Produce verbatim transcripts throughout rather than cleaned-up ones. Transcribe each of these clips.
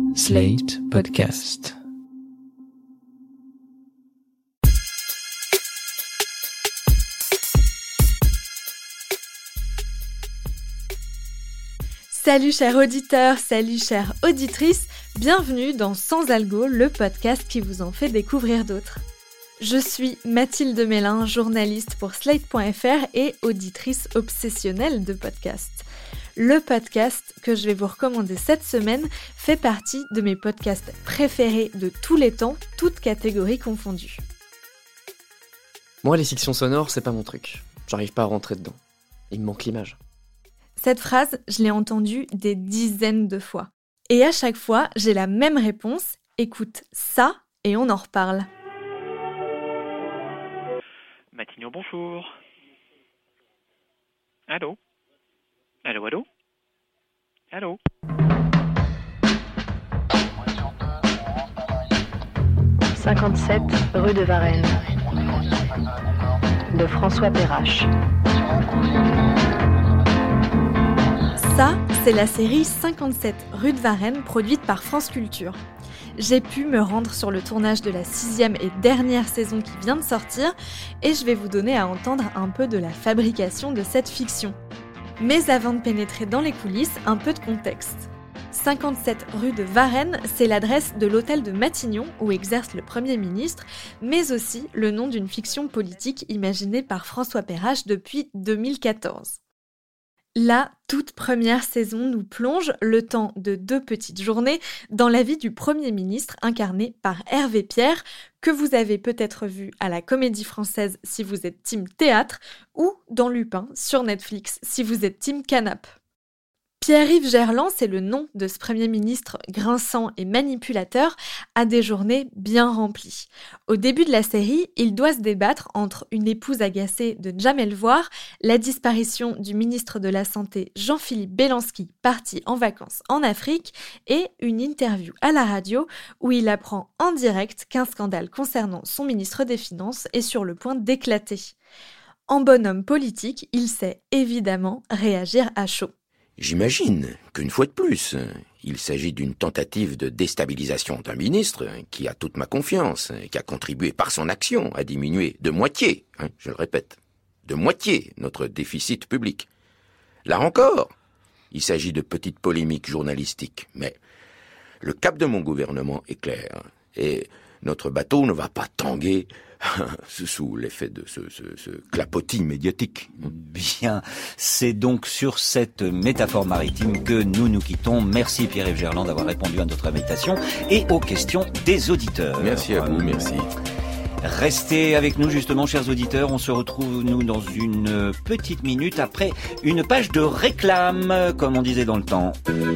Slate Podcast. Salut chers auditeurs, salut chères auditrices, bienvenue dans Sans Algo, le podcast qui vous en fait découvrir d'autres. Je suis Mathilde Mélin, journaliste pour Slate point F R et auditrice obsessionnelle de podcasts. Le podcast que je vais vous recommander cette semaine fait partie de mes podcasts préférés de tous les temps, toutes catégories confondues. Moi, les fictions sonores, c'est pas mon truc. J'arrive pas à rentrer dedans. Il me manque l'image. Cette phrase, je l'ai entendue des dizaines de fois. Et à chaque fois, j'ai la même réponse. Écoute ça et on en reparle. Matignon, bonjour. Allô? Allô, allô? Allô? cinquante-sept rue de Varennes, de François Perrache. Ça, c'est la série cinquante-sept rue de Varennes, produite par France Culture. J'ai pu me rendre sur le tournage de la sixième et dernière saison qui vient de sortir, et je vais vous donner à entendre un peu de la fabrication de cette fiction. Mais avant de pénétrer dans les coulisses, un peu de contexte. cinquante-sept rue de Varennes, c'est l'adresse de l'hôtel de Matignon où exerce le Premier ministre, mais aussi le nom d'une fiction politique imaginée par François Perrache depuis deux mille quatorze. La toute première saison nous plonge, le temps de deux petites journées, dans la vie du Premier ministre incarné par Hervé Pierre, que vous avez peut-être vu à la Comédie Française si vous êtes team théâtre, ou dans Lupin sur Netflix si vous êtes team canap'. Pierre-Yves Gerland, c'est le nom de ce Premier ministre grinçant et manipulateur, a des journées bien remplies. Au début de la série, il doit se débattre entre une épouse agacée de ne jamais le voir, la disparition du ministre de la Santé Jean-Philippe Belansky, parti en vacances en Afrique, et une interview à la radio où il apprend en direct qu'un scandale concernant son ministre des Finances est sur le point d'éclater. En bonhomme politique, il sait évidemment réagir à chaud. J'imagine qu'une fois de plus, il s'agit d'une tentative de déstabilisation d'un ministre qui a toute ma confiance, qui a contribué par son action à diminuer de moitié, hein, je le répète, de moitié notre déficit public. Là encore, il s'agit de petites polémiques journalistiques, mais le cap de mon gouvernement est clair, et notre bateau ne va pas tanguer sous l'effet de ce, ce, ce clapotis médiatique. Bien, c'est donc sur cette métaphore maritime que nous nous quittons. Merci Pierre-Yves Gerland d'avoir répondu à notre invitation et aux questions des auditeurs. Merci à vous, merci. Restez avec nous justement, chers auditeurs. On se retrouve, nous, dans une petite minute après une page de réclame, comme on disait dans le temps.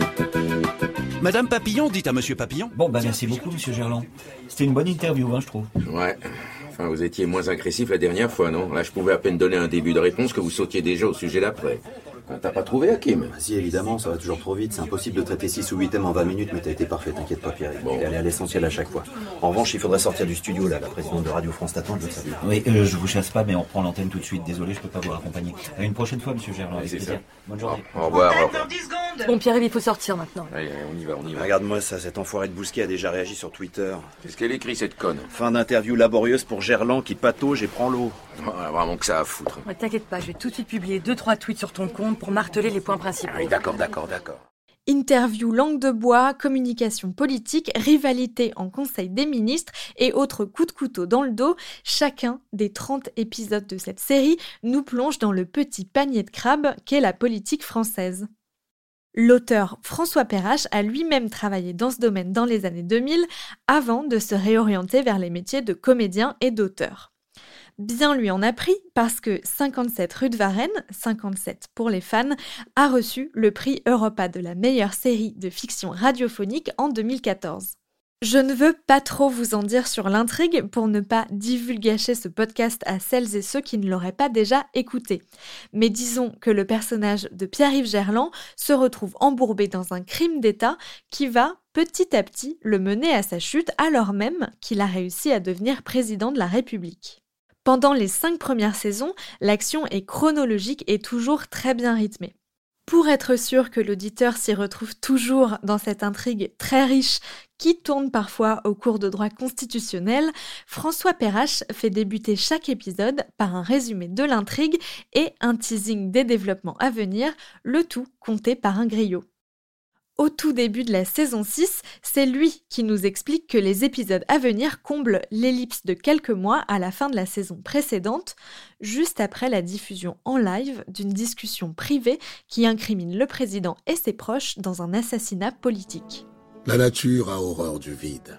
Madame Papillon, dites à Monsieur Papillon. Bon, bah merci beaucoup, Monsieur Gerland. C'était une bonne interview, hein, je trouve. Ouais. Enfin, vous étiez moins agressif la dernière fois, non? Là, je pouvais à peine donner un début de réponse que vous sautiez déjà au sujet d'après. T'as pas trouvé, Hakim? Si, évidemment, ça va toujours trop vite. C'est impossible de traiter six ou huit thèmes en vingt minutes, mais t'as été parfait, t'inquiète pas, Pierre. Bon. T'es allé à l'essentiel à chaque fois. En revanche, il faudrait sortir du studio, là. La présidente de Radio France t'attend, je veux savoir. Oui, euh, je vous chasse pas, mais on reprend l'antenne tout de suite. Désolé, je peux pas vous accompagner. À une prochaine fois, Monsieur Gerland. Oui, c'est ça. Bonne journée. Au revoir. Au revoir. Bon, Pierre, il faut sortir maintenant. Allez, allez, on y va, on y va. Regarde-moi ça, cet enfoiré de Bousquet a déjà réagi sur Twitter. Qu'est-ce qu'elle écrit, cette conne? Fin d'interview laborieuse pour Gerland qui patauge et prend l'eau. Ouais, vraiment que ça à foutre. Ouais, t'inquiète pas, je vais tout de suite publier deux trois tweets sur ton compte pour marteler les points principaux. Ah oui, d'accord, d'accord, d'accord. Interview langue de bois, communication politique, rivalité en conseil des ministres et autres coups de couteau dans le dos, chacun des trente épisodes de cette série nous plonge dans le petit panier de crabes qu'est la politique française. L'auteur François Perrache a lui-même travaillé dans ce domaine dans les années deux mille avant de se réorienter vers les métiers de comédien et d'auteur. Bien lui en a pris parce que cinquante-sept rue de Varennes, cinquante-sept pour les fans, a reçu le prix Europa de la meilleure série de fiction radiophonique en deux mille quatorze. Je ne veux pas trop vous en dire sur l'intrigue pour ne pas divulgacher ce podcast à celles et ceux qui ne l'auraient pas déjà écouté. Mais disons que le personnage de Pierre-Yves Gerland se retrouve embourbé dans un crime d'État qui va, petit à petit, le mener à sa chute alors même qu'il a réussi à devenir président de la République. Pendant les cinq premières saisons, l'action est chronologique et toujours très bien rythmée. Pour être sûr que l'auditeur s'y retrouve toujours dans cette intrigue très riche qui tourne parfois au cours de droit constitutionnel, François Perrache fait débuter chaque épisode par un résumé de l'intrigue et un teasing des développements à venir, le tout compté par un griot. Au tout début de la saison six, c'est lui qui nous explique que les épisodes à venir comblent l'ellipse de quelques mois à la fin de la saison précédente, juste après la diffusion en live d'une discussion privée qui incrimine le président et ses proches dans un assassinat politique. La nature a horreur du vide.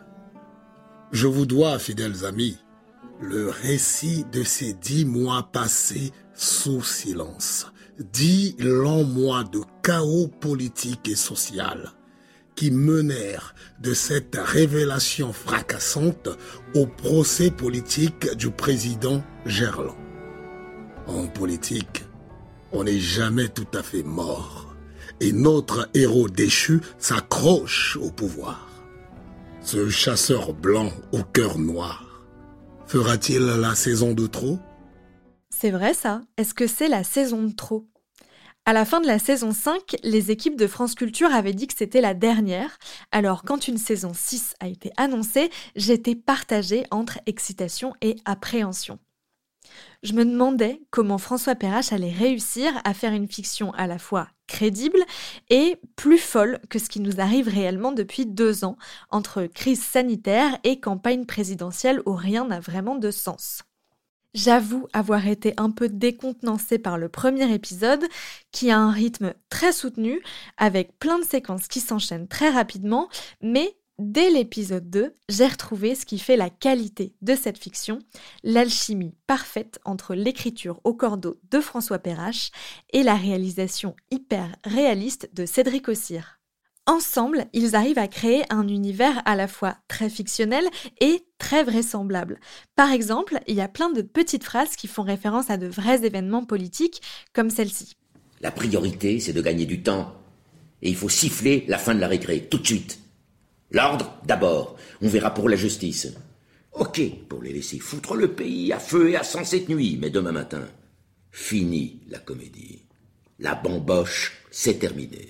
Je vous dois, fidèles amis, le récit de ces dix mois passés sous silence. Dix longs mois de chaos politique et social qui menèrent de cette révélation fracassante au procès politique du président Gerland. En politique, on n'est jamais tout à fait mort et notre héros déchu s'accroche au pouvoir. Ce chasseur blanc au cœur noir, fera-t-il la saison de trop ? C'est vrai ça, est-ce que c'est la saison de trop ? À la fin de la saison cinq, les équipes de France Culture avaient dit que c'était la dernière, alors quand une saison six a été annoncée, j'étais partagée entre excitation et appréhension. Je me demandais comment François Perrache allait réussir à faire une fiction à la fois crédible et plus folle que ce qui nous arrive réellement depuis deux ans, entre crise sanitaire et campagne présidentielle où rien n'a vraiment de sens. J'avoue avoir été un peu décontenancée par le premier épisode, qui a un rythme très soutenu, avec plein de séquences qui s'enchaînent très rapidement, mais dès l'épisode deux, j'ai retrouvé ce qui fait la qualité de cette fiction, l'alchimie parfaite entre l'écriture au cordeau de François Perrache et la réalisation hyper réaliste de Cédric Ossire. Ensemble, ils arrivent à créer un univers à la fois très fictionnel et très vraisemblable. Par exemple, il y a plein de petites phrases qui font référence à de vrais événements politiques, comme celle-ci. La priorité, c'est de gagner du temps. Et il faut siffler la fin de la récré, tout de suite. L'ordre, d'abord. On verra pour la justice. Ok, pour les laisser foutre le pays à feu et à sang cette nuit, mais demain matin, fini la comédie. La bamboche, c'est terminé.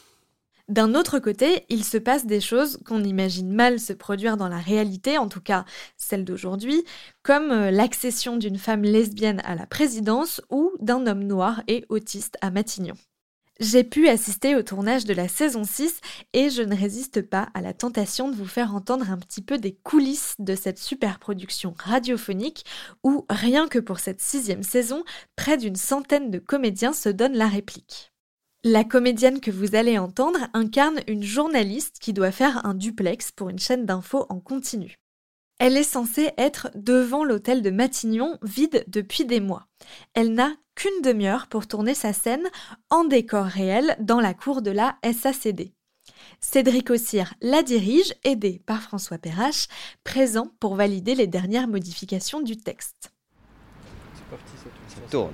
D'un autre côté, il se passe des choses qu'on imagine mal se produire dans la réalité, en tout cas celle d'aujourd'hui, comme l'accession d'une femme lesbienne à la présidence ou d'un homme noir et autiste à Matignon. J'ai pu assister au tournage de la saison six et je ne résiste pas à la tentation de vous faire entendre un petit peu des coulisses de cette super production radiophonique où, rien que pour cette sixième saison, près d'une centaine de comédiens se donnent la réplique. La comédienne que vous allez entendre incarne une journaliste qui doit faire un duplex pour une chaîne d'infos en continu. Elle est censée être devant l'hôtel de Matignon, vide depuis des mois. Elle n'a qu'une demi-heure pour tourner sa scène en décor réel dans la cour de la S A C D. Cédric Ossire la dirige, aidé par François Perrache, présent pour valider les dernières modifications du texte. C'est parti, ça tourne.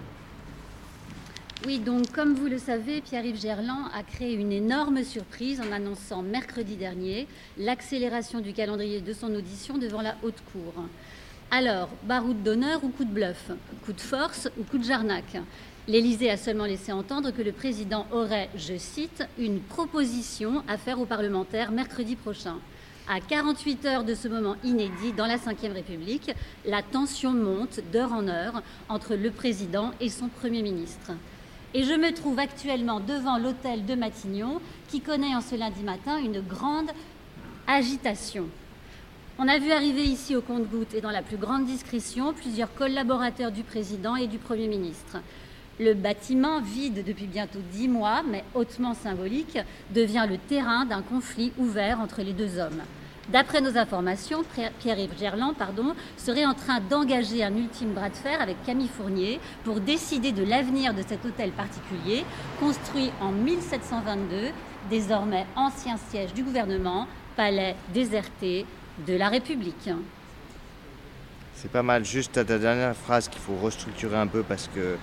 Oui, donc comme vous le savez, Pierre-Yves Gerland a créé une énorme surprise en annonçant mercredi dernier l'accélération du calendrier de son audition devant la Haute Cour. Alors, baroud d'honneur ou coup de bluff, coup de force ou coup de jarnac? L'Élysée a seulement laissé entendre que le président aurait, je cite, une proposition à faire aux parlementaires mercredi prochain. À quarante-huit heures de ce moment inédit dans la cinquième République, la tension monte d'heure en heure entre le président et son Premier ministre. Et je me trouve actuellement devant l'hôtel de Matignon qui connaît en ce lundi matin une grande agitation. On a vu arriver ici au compte-gouttes et dans la plus grande discrétion plusieurs collaborateurs du président et du Premier ministre. Le bâtiment, vide depuis bientôt dix mois, mais hautement symbolique, devient le terrain d'un conflit ouvert entre les deux hommes. D'après nos informations, Pierre-Yves Gerland pardon, serait en train d'engager un ultime bras de fer avec Camille Fournier pour décider de l'avenir de cet hôtel particulier, construit en mille sept cent vingt-deux, désormais ancien siège du gouvernement, palais déserté de la République. C'est pas mal, juste ta dernière phrase qu'il faut restructurer un peu parce que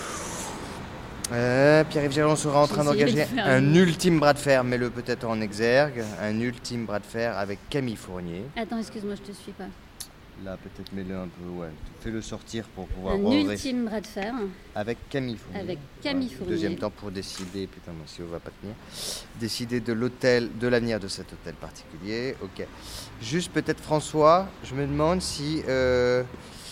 euh, Pierre-Yves Gerland sera en train d'engager un ultime bras de fer, mets-le peut-être en exergue, un ultime bras de fer avec Camille Fournier. Attends, excuse-moi, je te suis pas. Là, peut-être mets-le un peu, ouais. Fais-le sortir pour pouvoir... Un re- ultime bras de fer. Avec Camille Fournier. Avec Camille Ouais, Fournier. Deuxième temps pour décider, putain, moi si on va pas tenir, décider de l'hôtel, de l'avenir de cet hôtel particulier. Ok. Juste peut-être François, je me demande si euh,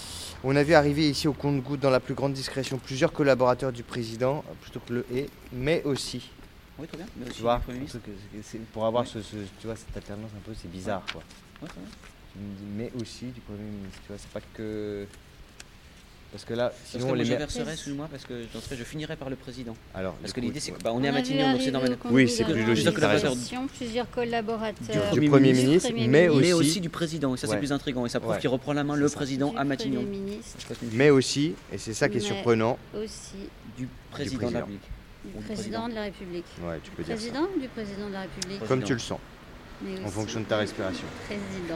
on a vu arriver ici au compte-gouttes dans la plus grande discrétion plusieurs collaborateurs du président, plutôt que le et, mais aussi. Oui, très bien. Mais aussi Tu vois, du Premier ministre. parce que c'est- c'est- pour avoir Oui. ce, ce- tu vois, cette alternance un peu, c'est bizarre, quoi. Ouais, très bien. Tu me dis, mais aussi du Premier ministre, tu vois, c'est pas que... Parce que là, Parce sinon que on moi, les je met... verserai, excuse-moi, parce que dans ce cas, je finirai par le président. Alors, parce du que coup, l'idée, c'est ouais. que bah, on est à On a vu Matignon, donc c'est arriver normal. au compte Oui, gouttes c'est plus d'avoir logique. plusieurs Plusieurs collaborateurs, plusieurs collaborateurs. Du Premier Premier ministre, ministre, Premier mais ministre. aussi... Mais aussi du président, et ça c'est Ouais. plus intriguant, et ça prouve Ouais. qu'il reprend la main le C'est ça. président Du à Matignon. Premier ministre. Je sais pas si- Mais aussi, et c'est ça qui est Mais surprenant, Aussi Du président, président. de la République. du Ou du président président. de la République. ouais, tu peux dire ça. Président ou du président de la République Comme tu le sens, Mais en aussi fonction de ta respiration. Président.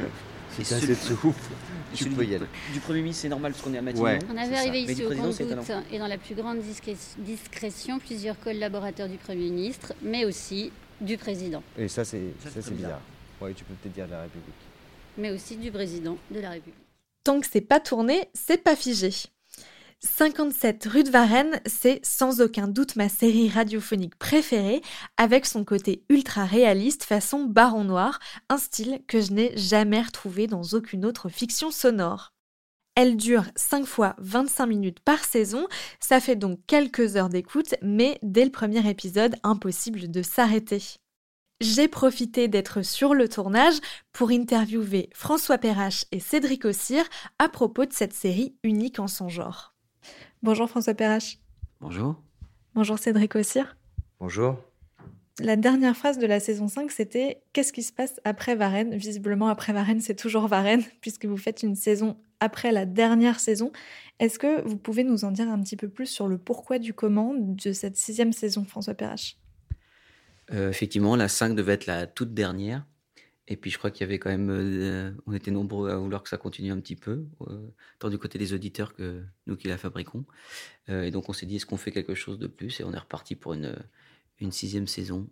Si Et t'as celui- assez de souffle, Et tu celui peux du- y aller. Du Premier ministre, c'est normal parce qu'on est à Matignon. Ouais. On C'est avait ça. arrivé Mais ici du au président, c'est compte-gouttes et dans la plus grande discré- discrétion plusieurs collaborateurs du Premier ministre, mais aussi du président, Et ça, c'est Ça, ça, c'est c'est très bizarre. Ouais, tu peux peut-être dire de la République. mais aussi du président de la République. Tant que c'est pas tourné, c'est pas figé. cinquante-sept rue de Varennes, c'est sans aucun doute ma série radiophonique préférée, avec son côté ultra réaliste façon Baron Noir, un style que je n'ai jamais retrouvé dans aucune autre fiction sonore. Elle dure cinq fois vingt-cinq minutes par saison, ça fait donc quelques heures d'écoute, mais dès le premier épisode, impossible de s'arrêter. J'ai profité d'être sur le tournage pour interviewer François Perrache et Cédric Ossire à propos de cette série unique en son genre. Bonjour François Perrache. Bonjour. Bonjour Cédric Ossire. Bonjour. La dernière phrase de la saison cinq, c'était « Qu'est-ce qui se passe après Varennes ?» Visiblement, après Varennes, c'est toujours Varennes, puisque vous faites une saison après la dernière saison. Est-ce que vous pouvez nous en dire un petit peu plus sur le pourquoi du comment de cette sixième saison, François Perrache ? Euh, effectivement, la cinq devait être la toute dernière. Et puis je crois qu'il y avait quand même... euh, on était nombreux à vouloir que ça continue un petit peu, euh, tant du côté des auditeurs que nous qui la fabriquons. Euh, et donc on s'est dit, est-ce qu'on fait quelque chose de plus ? Et on est reparti pour une, une sixième saison.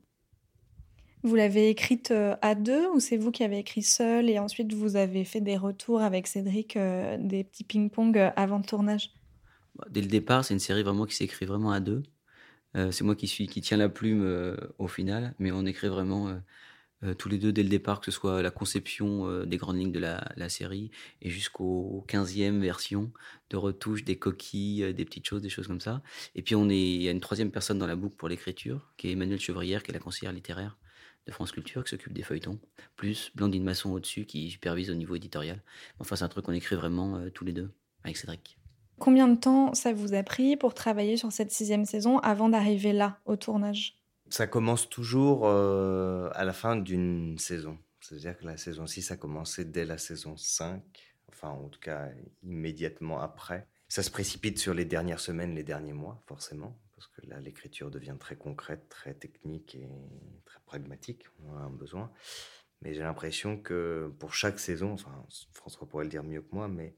Vous l'avez écrite euh, à deux ou c'est vous qui avez écrit seul et ensuite vous avez fait des retours avec Cédric, euh, des petits ping-pong euh, avant le tournage ? Bah, Dès le départ, c'est une série vraiment qui s'écrit vraiment à deux. Euh, c'est moi qui suis qui tient la plume euh, au final, mais on écrit vraiment euh, euh, tous les deux dès le départ, que ce soit la conception euh, des grandes lignes de la, la série et jusqu'au quinzième version, de retouches, des coquilles, euh, des petites choses, des choses comme ça. Et puis on est, il y a une troisième personne dans la boucle pour l'écriture, qui est Emmanuelle Chevrière, qui est la conseillère littéraire de France Culture, qui s'occupe des feuilletons, plus Blandine Masson au-dessus, qui supervise au niveau éditorial. Enfin, c'est un truc qu'on écrit vraiment euh, tous les deux, avec Cédric. Combien de temps ça vous a pris pour travailler sur cette sixième saison avant d'arriver là, au tournage ? Ça commence toujours euh, à la fin d'une saison. C'est-à-dire que la saison six a commencé dès la saison cinq, enfin en tout cas immédiatement après. Ça se précipite sur les dernières semaines, les derniers mois, forcément, parce que là l'écriture devient très concrète, très technique et très pragmatique, on a un besoin. Mais j'ai l'impression que pour chaque saison, enfin François pourrait le dire mieux que moi, mais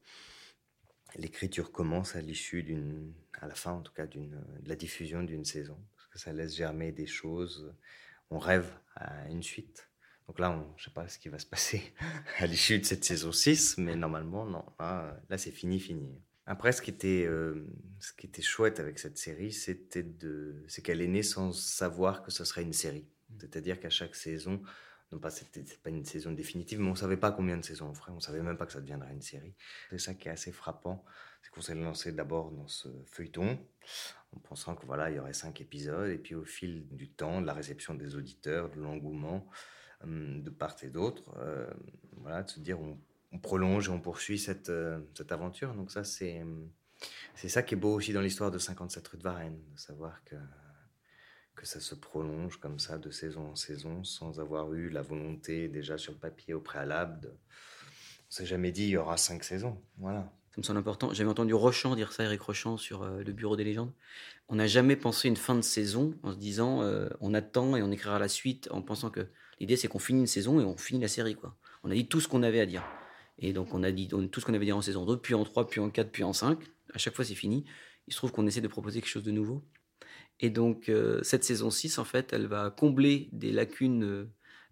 l'écriture commence à l'issue d'une, à la fin en tout cas, d'une, de la diffusion d'une saison. Parce que ça laisse germer des choses. On rêve à une suite. Donc là, on, je ne sais pas ce qui va se passer à l'issue de cette saison six, mais normalement, non. Là, là c'est fini, fini. Après, ce qui était, euh, ce qui était chouette avec cette série, c'était de, c'est qu'elle est née sans savoir que ce serait une série. C'est-à-dire qu'à chaque saison, non pas c'était c'est pas une saison définitive, mais on savait pas combien de saisons on ferait, on savait même pas que ça deviendrait une série. C'est ça qui est assez frappant, c'est qu'on s'est lancé d'abord dans ce feuilleton en pensant que voilà il y aurait cinq épisodes, et puis au fil du temps, de la réception des auditeurs, de l'engouement hum, de part et d'autre, euh, voilà, de se dire on, on prolonge et on poursuit cette euh, cette aventure. Donc ça c'est c'est ça qui est beau aussi dans l'histoire de cinquante-sept rue de Varennes, de savoir que que ça se prolonge comme ça de saison en saison sans avoir eu la volonté déjà sur le papier au préalable. De... On s'est jamais dit il y aura cinq saisons. Voilà. Ça me semble important. J'avais entendu Rochant dire ça, Eric Rochant, sur euh, le Bureau des légendes. On n'a jamais pensé une fin de saison en se disant euh, on attend et on écrira la suite, en pensant que l'idée c'est qu'on finit une saison et on finit la série, quoi. On a dit tout ce qu'on avait à dire. Et donc on a dit on, tout ce qu'on avait à dire en saison deux, puis en trois, puis en quatre, puis en cinq. À chaque fois c'est fini. Il se trouve qu'on essaie de proposer quelque chose de nouveau. Et donc, euh, cette saison six, en fait, elle va combler des lacunes euh,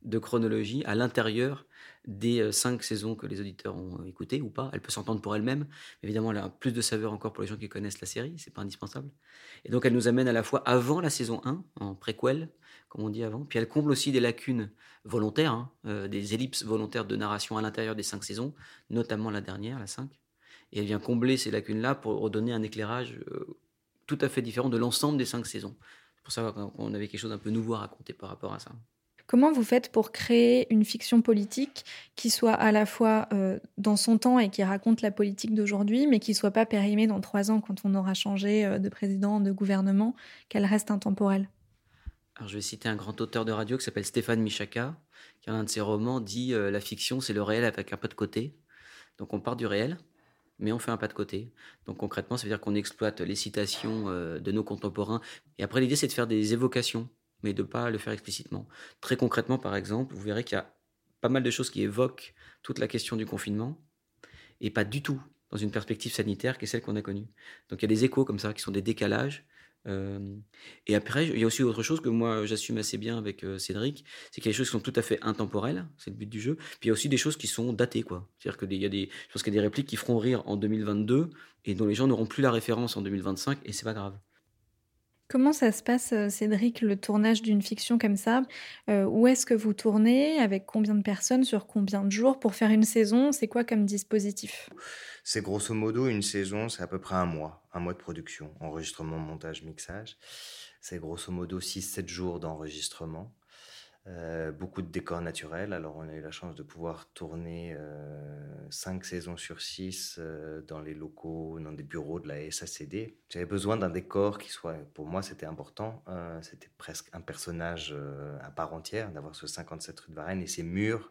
de chronologie à l'intérieur des euh, cinq saisons que les auditeurs ont euh, écoutées ou pas. Elle peut s'entendre pour elle-même. Évidemment, elle a plus de saveur encore pour les gens qui connaissent la série. C'est pas indispensable. Et donc, elle nous amène à la fois avant la saison un, en préquel, comme on dit avant. Puis elle comble aussi des lacunes volontaires, hein, euh, des ellipses volontaires de narration à l'intérieur des cinq saisons, notamment la dernière, la cinq. Et elle vient combler ces lacunes-là pour redonner un éclairage euh, tout à fait différent de l'ensemble des cinq saisons. C'est pour ça qu'on avait quelque chose d'un peu nouveau à raconter par rapport à ça. Comment vous faites pour créer une fiction politique qui soit à la fois euh, dans son temps et qui raconte la politique d'aujourd'hui, mais qui ne soit pas périmée dans trois ans quand on aura changé euh, de président, de gouvernement, qu'elle reste intemporelle? Alors, je vais citer un grand auteur de radio qui s'appelle Stéphane Michaka, qui, en un de ses romans, dit euh, « La fiction, c'est le réel avec un pas de côté ». Donc, on part du réel, mais on fait un pas de côté. Donc, concrètement, ça veut dire qu'on exploite les citations euh, de nos contemporains. Et après, l'idée, c'est de faire des évocations, mais de ne pas le faire explicitement. Très concrètement, par exemple, vous verrez qu'il y a pas mal de choses qui évoquent toute la question du confinement, et pas du tout dans une perspective sanitaire qui est celle qu'on a connue. Donc, il y a des échos comme ça, qui sont des décalages. Euh, et après, il y a aussi autre chose que moi j'assume assez bien avec euh, Cédric, c'est qu'il y a des choses qui sont tout à fait intemporelles, c'est le but du jeu. Puis il y a aussi des choses qui sont datées, quoi. C'est-à-dire que des, il y a des, je pense qu'il y a des répliques qui feront rire en deux mille vingt-deux et dont les gens n'auront plus la référence en deux mille vingt-cinq, et c'est pas grave. Comment ça se passe, Cédric, le tournage d'une fiction comme ça? euh, Où est-ce que vous tournez? Avec combien de personnes? Sur combien de jours? Pour faire une saison, c'est quoi comme dispositif? C'est grosso modo une saison, c'est à peu près un mois, un mois de production, enregistrement, montage, mixage. C'est grosso modo six sept jours d'enregistrement. Euh, beaucoup de décors naturels. Alors, on a eu la chance de pouvoir tourner euh, cinq saisons sur six euh, dans les locaux, dans des bureaux de la S A C D. J'avais besoin d'un décor qui soit, pour moi, c'était important. Euh, c'était presque un personnage euh, à part entière, d'avoir ce cinquante-sept rue de Varennes et ces murs,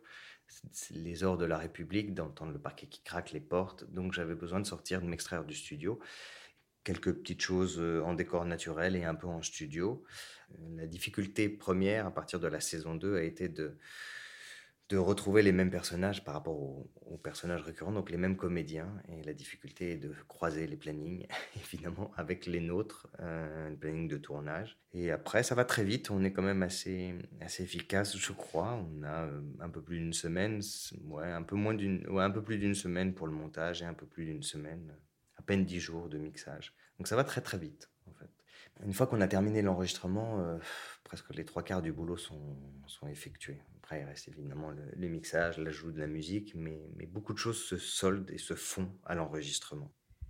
les ors de la République, d'entendre le parquet qui craque, les portes. Donc, j'avais besoin de sortir, de m'extraire du studio. Quelques petites choses en décor naturel et un peu en studio. La difficulté première, à partir de la saison deux, a été de, de retrouver les mêmes personnages par rapport aux, aux personnages récurrents, donc les mêmes comédiens. Et la difficulté est de croiser les plannings, évidemment, avec les nôtres, euh, le planning de tournage. Et après, ça va très vite. On est quand même assez, assez efficace, je crois. On a euh, un peu plus d'une semaine, ouais, un peu moins d'une, ouais, un peu plus d'une semaine pour le montage et un peu plus d'une semaine, à peine dix jours de mixage. Donc ça va très très vite, en fait. Une fois qu'on a terminé l'enregistrement, euh, presque les trois quarts du boulot sont, sont effectués. Après, il reste évidemment le, le mixage, l'ajout de la musique, mais, mais beaucoup de choses se soldent et se font à l'enregistrement.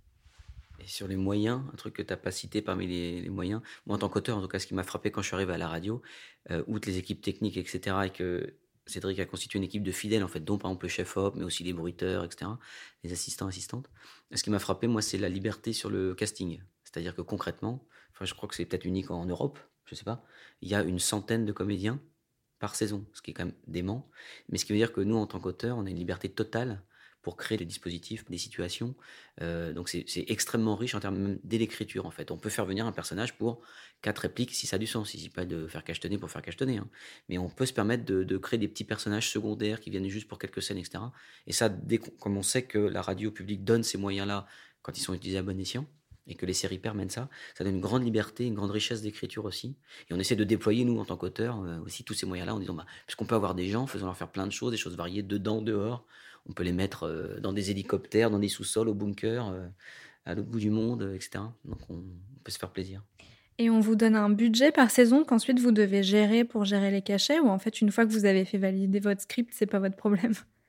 Et sur les moyens, un truc que tu n'as pas cité parmi les, les moyens, moi en tant qu'auteur, en tout cas, ce qui m'a frappé quand je suis arrivé à la radio, euh, outre les équipes techniques, et cetera, et que Cédric a constitué une équipe de fidèles, en fait, dont par exemple le chef-op, mais aussi les bruiteurs, et cetera, les assistants, assistantes. Ce qui m'a frappé, moi, c'est la liberté sur le casting. C'est-à-dire que concrètement, enfin, je crois que c'est peut-être unique en Europe, je ne sais pas, il y a une centaine de comédiens par saison, ce qui est quand même dément. Mais ce qui veut dire que nous, en tant qu'auteurs, on a une liberté totale pour créer des dispositifs, des situations. Euh, donc c'est, c'est extrêmement riche en termes même dès l'écriture, en fait. On peut faire venir un personnage pour quatre répliques si ça a du sens. Il ne s'agit pas de faire cachetonner pour faire cachetonner. Hein. Mais on peut se permettre de, de créer des petits personnages secondaires qui viennent juste pour quelques scènes, et cetera. Et ça, dès qu'on, comme on sait que la radio publique donne ces moyens-là quand ils sont utilisés à bon escient, et que les séries permettent ça, ça donne une grande liberté, une grande richesse d'écriture aussi. Et on essaie de déployer, nous, en tant qu'auteurs, euh, aussi tous ces moyens-là, en disant, bah, puisqu'on peut avoir des gens, faisons-leur faire plein de choses, des choses variées, dedans, dehors. On peut les mettre euh, dans des hélicoptères, dans des sous-sols, au bunker, euh, à l'autre bout du monde, euh, et cetera. Donc on, on peut se faire plaisir. Et on vous donne un budget par saison qu'ensuite vous devez gérer pour gérer les cachets, ou en fait, une fois que vous avez fait valider votre script, c'est pas votre problème?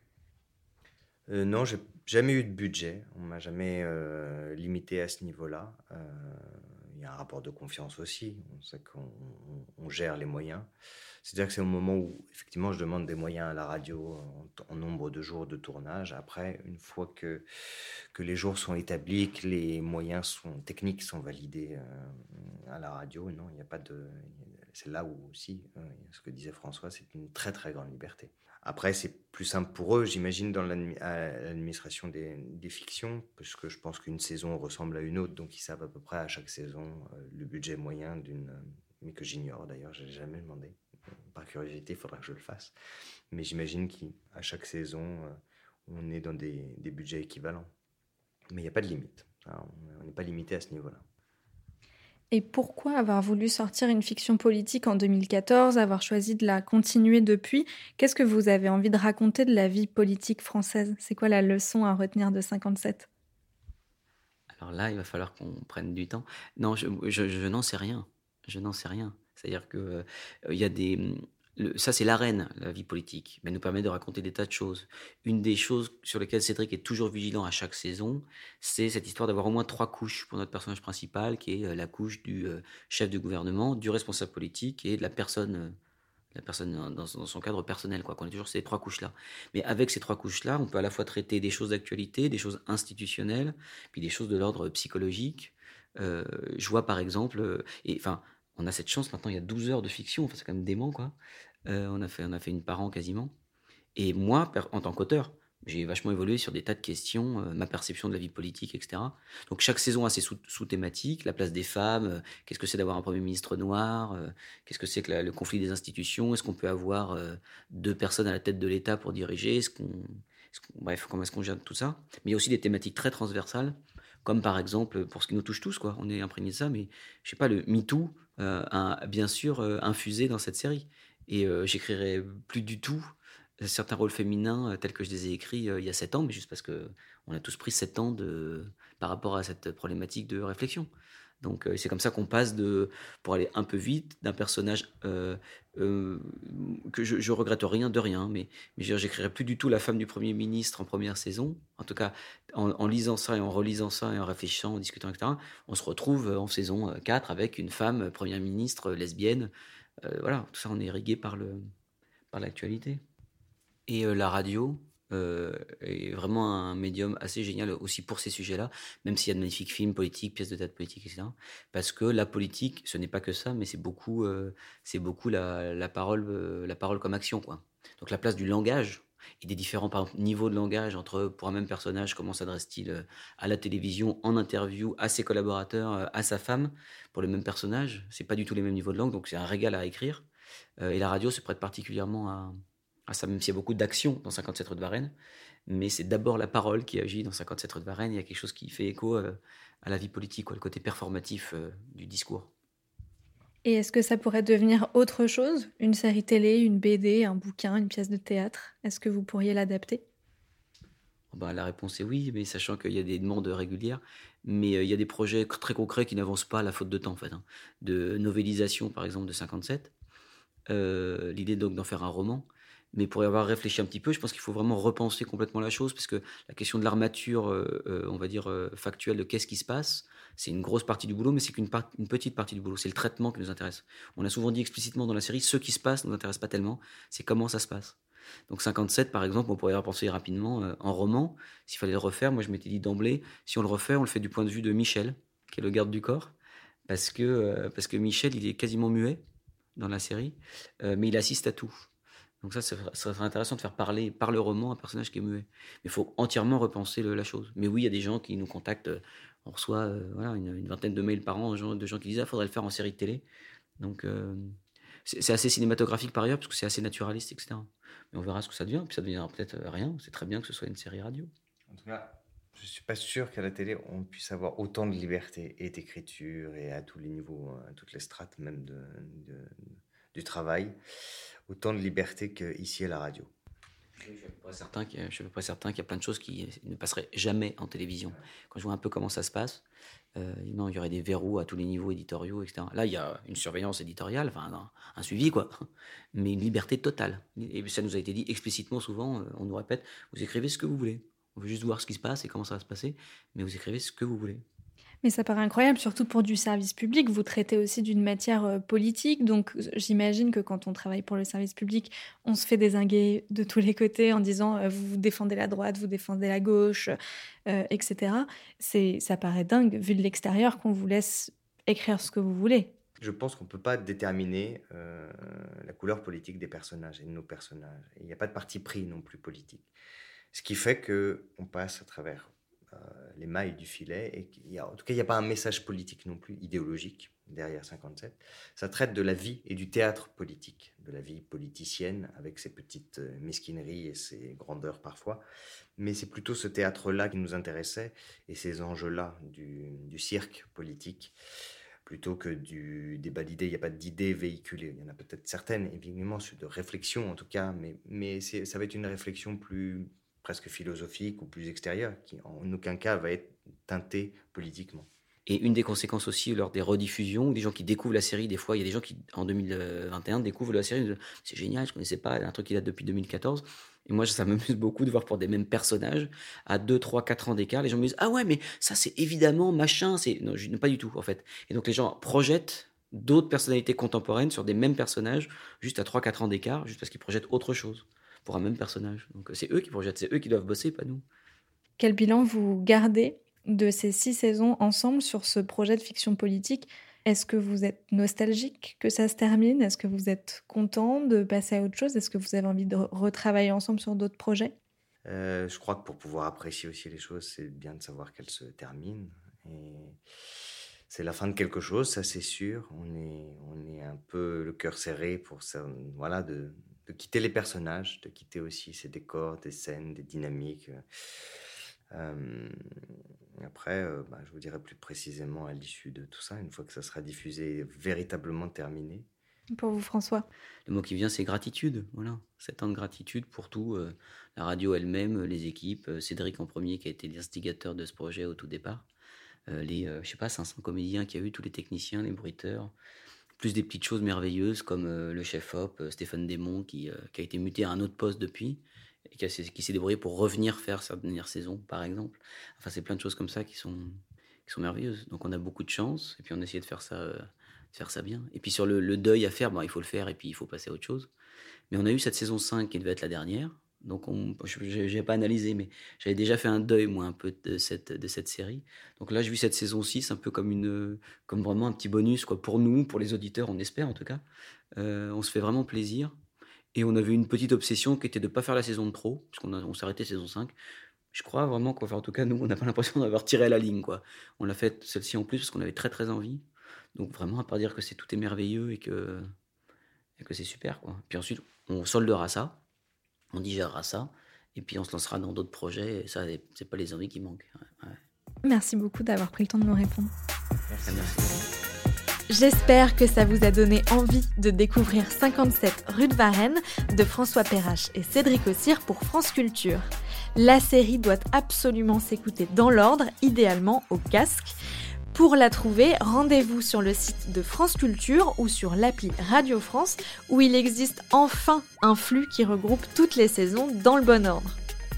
Euh, non, j'ai jamais eu de budget. On m'a jamais euh, limité à ce niveau-là. Il euh, y a un rapport de confiance aussi. On sait qu'on on, on gère les moyens. C'est-à-dire que c'est au moment où, effectivement, je demande des moyens à la radio en, en nombre de jours de tournage. Après, une fois que, que les jours sont établis, que les moyens sont, techniques sont validés euh, à la radio, non, il n'y a pas de... C'est là où aussi, euh, ce que disait François, c'est une très très grande liberté. Après, c'est plus simple pour eux, j'imagine, dans l'admi- à l'administration des, des fictions, parce que je pense qu'une saison ressemble à une autre, donc ils savent à peu près à chaque saison euh, le budget moyen d'une... mais que j'ignore d'ailleurs, je n'ai jamais demandé. Par curiosité, il faudra que je le fasse. Mais j'imagine qu'à chaque saison, euh, on est dans des, des budgets équivalents. Mais il n'y a pas de limite. Alors, on n'est pas limité à ce niveau-là. Et pourquoi avoir voulu sortir une fiction politique en deux mille quatorze, avoir choisi de la continuer depuis ? Qu'est-ce que vous avez envie de raconter de la vie politique française ? C'est quoi la leçon à retenir de cinquante-sept ? Alors là, il va falloir qu'on prenne du temps. Non, je, je, je n'en sais rien. Je n'en sais rien. C'est-à-dire que euh, il y a des... Le, ça, c'est l'arène, la vie politique. Mais elle nous permet de raconter des tas de choses. Une des choses sur lesquelles Cédric est toujours vigilant à chaque saison, c'est cette histoire d'avoir au moins trois couches pour notre personnage principal, qui est la couche du euh, chef du gouvernement, du responsable politique et de la personne, euh, la personne dans, dans son cadre personnel, quoi. Qu'on ait toujours ces trois couches-là. Mais avec ces trois couches-là, on peut à la fois traiter des choses d'actualité, des choses institutionnelles, puis des choses de l'ordre psychologique. Euh, je vois par exemple, euh, et enfin. On a cette chance, maintenant il y a douze heures de fiction, enfin, c'est quand même dément, quoi. Euh, on, a fait, on a fait une par an quasiment. Et moi, en tant qu'auteur, j'ai vachement évolué sur des tas de questions, euh, ma perception de la vie politique, et cetera. Donc chaque saison a ses sous- sous-thématiques, la place des femmes, euh, qu'est-ce que c'est d'avoir un Premier ministre noir, euh, qu'est-ce que c'est que la, le conflit des institutions, est-ce qu'on peut avoir euh, deux personnes à la tête de l'État pour diriger, est-ce qu'on, est-ce qu'on, bref, comment est-ce qu'on gère tout ça. Mais il y a aussi des thématiques très transversales, comme par exemple, pour ce qui nous touche tous, quoi. On est imprégné de ça, mais je sais pas, le MeToo euh, a bien sûr euh, infusé dans cette série. Et euh, j'écrirai plus du tout certains rôles féminins euh, tels que je les ai écrits euh, il y a sept ans, mais juste parce qu'on a tous pris sept ans de, par rapport à cette problématique de réflexion. Donc euh, c'est comme ça qu'on passe, de, pour aller un peu vite, d'un personnage euh, euh, que je, je regrette rien de rien, mais, mais j'écrirai plus du tout la femme du Premier ministre en première saison. En tout cas, en, en lisant ça et en relisant ça et en réfléchissant, en discutant, et cetera, on se retrouve en saison quatre avec une femme Première ministre lesbienne. Euh, voilà, tout ça on est irrigué par, le, par l'actualité. Et euh, la radio euh, est vraiment un médium assez génial aussi pour ces sujets-là, même s'il y a de magnifiques films politiques, pièces de théâtre politiques, et cetera. Parce que la politique, ce n'est pas que ça, mais c'est beaucoup, euh, c'est beaucoup la, la, parole, euh, la parole comme action, quoi. Donc la place du langage et des différents par exemple, niveaux de langage entre, pour un même personnage, comment s'adresse-t-il à la télévision, en interview, à ses collaborateurs, à sa femme, pour le même personnage, c'est pas du tout les mêmes niveaux de langue, donc c'est un régal à écrire. Euh, et la radio se prête particulièrement à... Ah, ça, même s'il y a beaucoup d'action dans cinquante-sept rue de Varennes, mais c'est d'abord la parole qui agit dans cinquante-sept rue de Varennes. Il y a quelque chose qui fait écho euh, à la vie politique, quoi, le côté performatif euh, du discours. Et est-ce que ça pourrait devenir autre chose ? Une série télé, une B D, un bouquin, une pièce de théâtre ? Est-ce que vous pourriez l'adapter ? Ben, la réponse est oui, mais sachant qu'il y a des demandes régulières. Mais euh, il y a des projets très concrets qui n'avancent pas à la faute de temps, en fait. Hein. De novélisation, par exemple, de cinquante-sept. Euh, l'idée donc d'en faire un roman. Mais pour y avoir réfléchi un petit peu, je pense qu'il faut vraiment repenser complètement la chose, parce que la question de l'armature, euh, euh, on va dire, euh, factuelle de qu'est-ce qui se passe, c'est une grosse partie du boulot, mais c'est qu'une part, une petite partie du boulot. C'est le traitement qui nous intéresse. On a souvent dit explicitement dans la série, ce qui se passe ne nous intéresse pas tellement, c'est comment ça se passe. Donc cinquante-sept, par exemple, on pourrait y repenser rapidement euh, en roman. S'il fallait le refaire, moi je m'étais dit d'emblée, si on le refait, on le fait du point de vue de Michel, qui est le garde du corps, parce que, euh, parce que Michel, il est quasiment muet dans la série, euh, mais il assiste à tout. Donc ça, ça serait intéressant de faire parler par le roman un personnage qui est muet. Mais il faut entièrement repenser le, la chose. Mais oui, il y a des gens qui nous contactent. On reçoit euh, voilà, une, une vingtaine de mails par an de gens, de gens qui disent « Ah, il faudrait le faire en série de télé ». Donc euh, c'est, c'est assez cinématographique par ailleurs, parce que c'est assez naturaliste, et cetera. Mais on verra ce que ça devient. Puis ça deviendra peut-être rien. C'est très bien que ce soit une série radio. En tout cas, je ne suis pas sûr qu'à la télé, on puisse avoir autant de liberté et d'écriture et à tous les niveaux, à toutes les strates même de, de, du travail. Autant de liberté qu'ici à la radio. Je suis à peu près certain qu'il y a, je suis à peu près certain qu'il y a plein de choses qui ne passeraient jamais en télévision. Quand je vois un peu comment ça se passe, euh, non, il y aurait des verrous à tous les niveaux éditoriaux, et cetera. Là, il y a une surveillance éditoriale, enfin un, un suivi, quoi, mais une liberté totale. Et ça nous a été dit explicitement souvent, on nous répète, vous écrivez ce que vous voulez. On veut juste voir ce qui se passe et comment ça va se passer, mais vous écrivez ce que vous voulez. Mais ça paraît incroyable, surtout pour du service public. Vous traitez aussi d'une matière euh, politique, donc j'imagine que quand on travaille pour le service public, on se fait dézinguer de tous les côtés en disant euh, vous défendez la droite, vous défendez la gauche, euh, et cetera. C'est, ça paraît dingue, vu de l'extérieur, qu'on vous laisse écrire ce que vous voulez. Je pense qu'on ne peut pas déterminer euh, la couleur politique des personnages et de nos personnages. Il n'y a pas de parti pris non plus politique. Ce qui fait qu'on passe à travers Euh, les mailles du filet, et qu'il y a, en tout cas il n'y a pas un message politique non plus, idéologique, derrière cinquante-sept. Ça traite de la vie et du théâtre politique, de la vie politicienne, avec ses petites euh, mesquineries et ses grandeurs parfois, mais c'est plutôt ce théâtre-là qui nous intéressait, et ces enjeux-là du, du cirque politique. plutôt que du débat d'idées. Il n'y a pas d'idées véhiculées. Il y en a peut-être certaines, évidemment, de réflexion en tout cas, mais, mais c'est, ça va être une réflexion plus presque philosophique ou plus extérieure, qui en aucun cas va être teintée politiquement. Et une des conséquences aussi, lors des rediffusions, ou des gens qui découvrent la série, des fois, il y a des gens qui, en deux mille vingt et un, découvrent la série, disent, c'est génial, je ne connaissais pas, un truc qui date depuis deux mille quatorze. Et moi, ça m'amuse beaucoup de voir pour des mêmes personnages, à deux, trois, quatre ans d'écart, les gens me disent, ah ouais, mais ça, c'est évidemment machin. C'est... Non, je... pas du tout, en fait. Et donc, les gens projettent d'autres personnalités contemporaines sur des mêmes personnages, juste à trois, quatre ans d'écart, juste parce qu'ils projettent autre chose pour un même personnage. Donc, c'est eux qui projettent, c'est eux qui doivent bosser, pas nous. Quel bilan vous gardez de ces six saisons ensemble sur ce projet de fiction politique? Est-ce que vous êtes nostalgique que ça se termine? Est-ce que vous êtes content de passer à autre chose? Est-ce que vous avez envie de retravailler ensemble sur d'autres projets? euh, Je crois que pour pouvoir apprécier aussi les choses, c'est bien de savoir qu'elles se terminent. Et c'est la fin de quelque chose, ça c'est sûr. On est, on est un peu le cœur serré pour ça, voilà, de, de quitter les personnages, de quitter aussi ces décors, des scènes, des dynamiques. Euh, après, euh, bah, je vous dirai plus précisément à l'issue de tout ça, une fois que ça sera diffusé et véritablement terminé. Pour vous, François? Le mot qui vient, c'est gratitude. Voilà, sept ans de gratitude pour tout. Euh, la radio elle-même, les équipes, euh, Cédric en premier qui a été l'instigateur de ce projet au tout départ. Euh, les, euh, je sais pas, cinq cents comédiens qu'il y a eu, tous les techniciens, les bruiteurs. Plus des petites choses merveilleuses comme euh, le chef-op, euh, Stéphane Desmond, qui, euh, qui a été muté à un autre poste depuis. Et qui, a, qui s'est débrouillé pour revenir faire sa dernière saison, par exemple. Enfin, c'est plein de choses comme ça qui sont, qui sont merveilleuses. Donc, on a beaucoup de chance, et puis on a essayé de faire ça, euh, de faire ça bien. Et puis, sur le, le deuil à faire, bon, il faut le faire, et puis il faut passer à autre chose. Mais on a eu cette saison cinq qui devait être la dernière. Donc, on, je n'ai pas analysé, mais j'avais déjà fait un deuil, moi, un peu de cette, de cette série. Donc là, j'ai vu cette saison six un peu comme, une, comme vraiment un petit bonus, quoi, pour nous, pour les auditeurs, on espère en tout cas. Euh, on se fait vraiment plaisir. Et on avait une petite obsession qui était de ne pas faire la saison de trop, parce qu'on a, on s'est arrêté saison cinq. Je crois vraiment qu'en enfin, tout cas, nous, on n'a pas l'impression d'avoir tiré la ligne, quoi. On l'a fait celle-ci en plus parce qu'on avait très très envie. Donc vraiment, à part dire que c'est, tout est merveilleux et que, et que c'est super, quoi. Puis ensuite, on soldera ça, on digérera ça, et puis on se lancera dans d'autres projets. Et ça, c'est pas les envies qui manquent. Ouais. Merci beaucoup d'avoir pris le temps de nous répondre. Merci. Merci. J'espère que ça vous a donné envie de découvrir cinquante-sept rue de Varennes de François Perrache et Cédric Ossire pour France Culture. La série doit absolument s'écouter dans l'ordre, idéalement au casque. Pour la trouver, rendez-vous sur le site de France Culture ou sur l'appli Radio France où il existe enfin un flux qui regroupe toutes les saisons dans le bon ordre.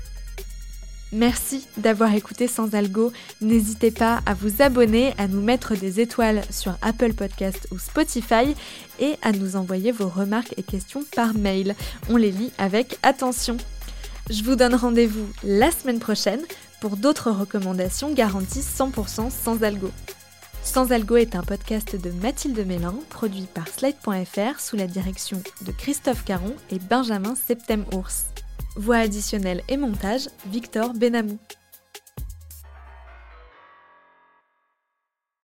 Merci d'avoir écouté Sans Algo. N'hésitez pas à vous abonner, à nous mettre des étoiles sur Apple Podcasts ou Spotify et à nous envoyer vos remarques et questions par mail. On les lit avec attention. Je vous donne rendez-vous la semaine prochaine pour d'autres recommandations garanties cent pour cent sans algo. Sans Algo est un podcast de Mathilde Mélin, produit par Slide point F R sous la direction de Christophe Caron et Benjamin Septem-Ours. Voix additionnelle et montage, Victor Benamou.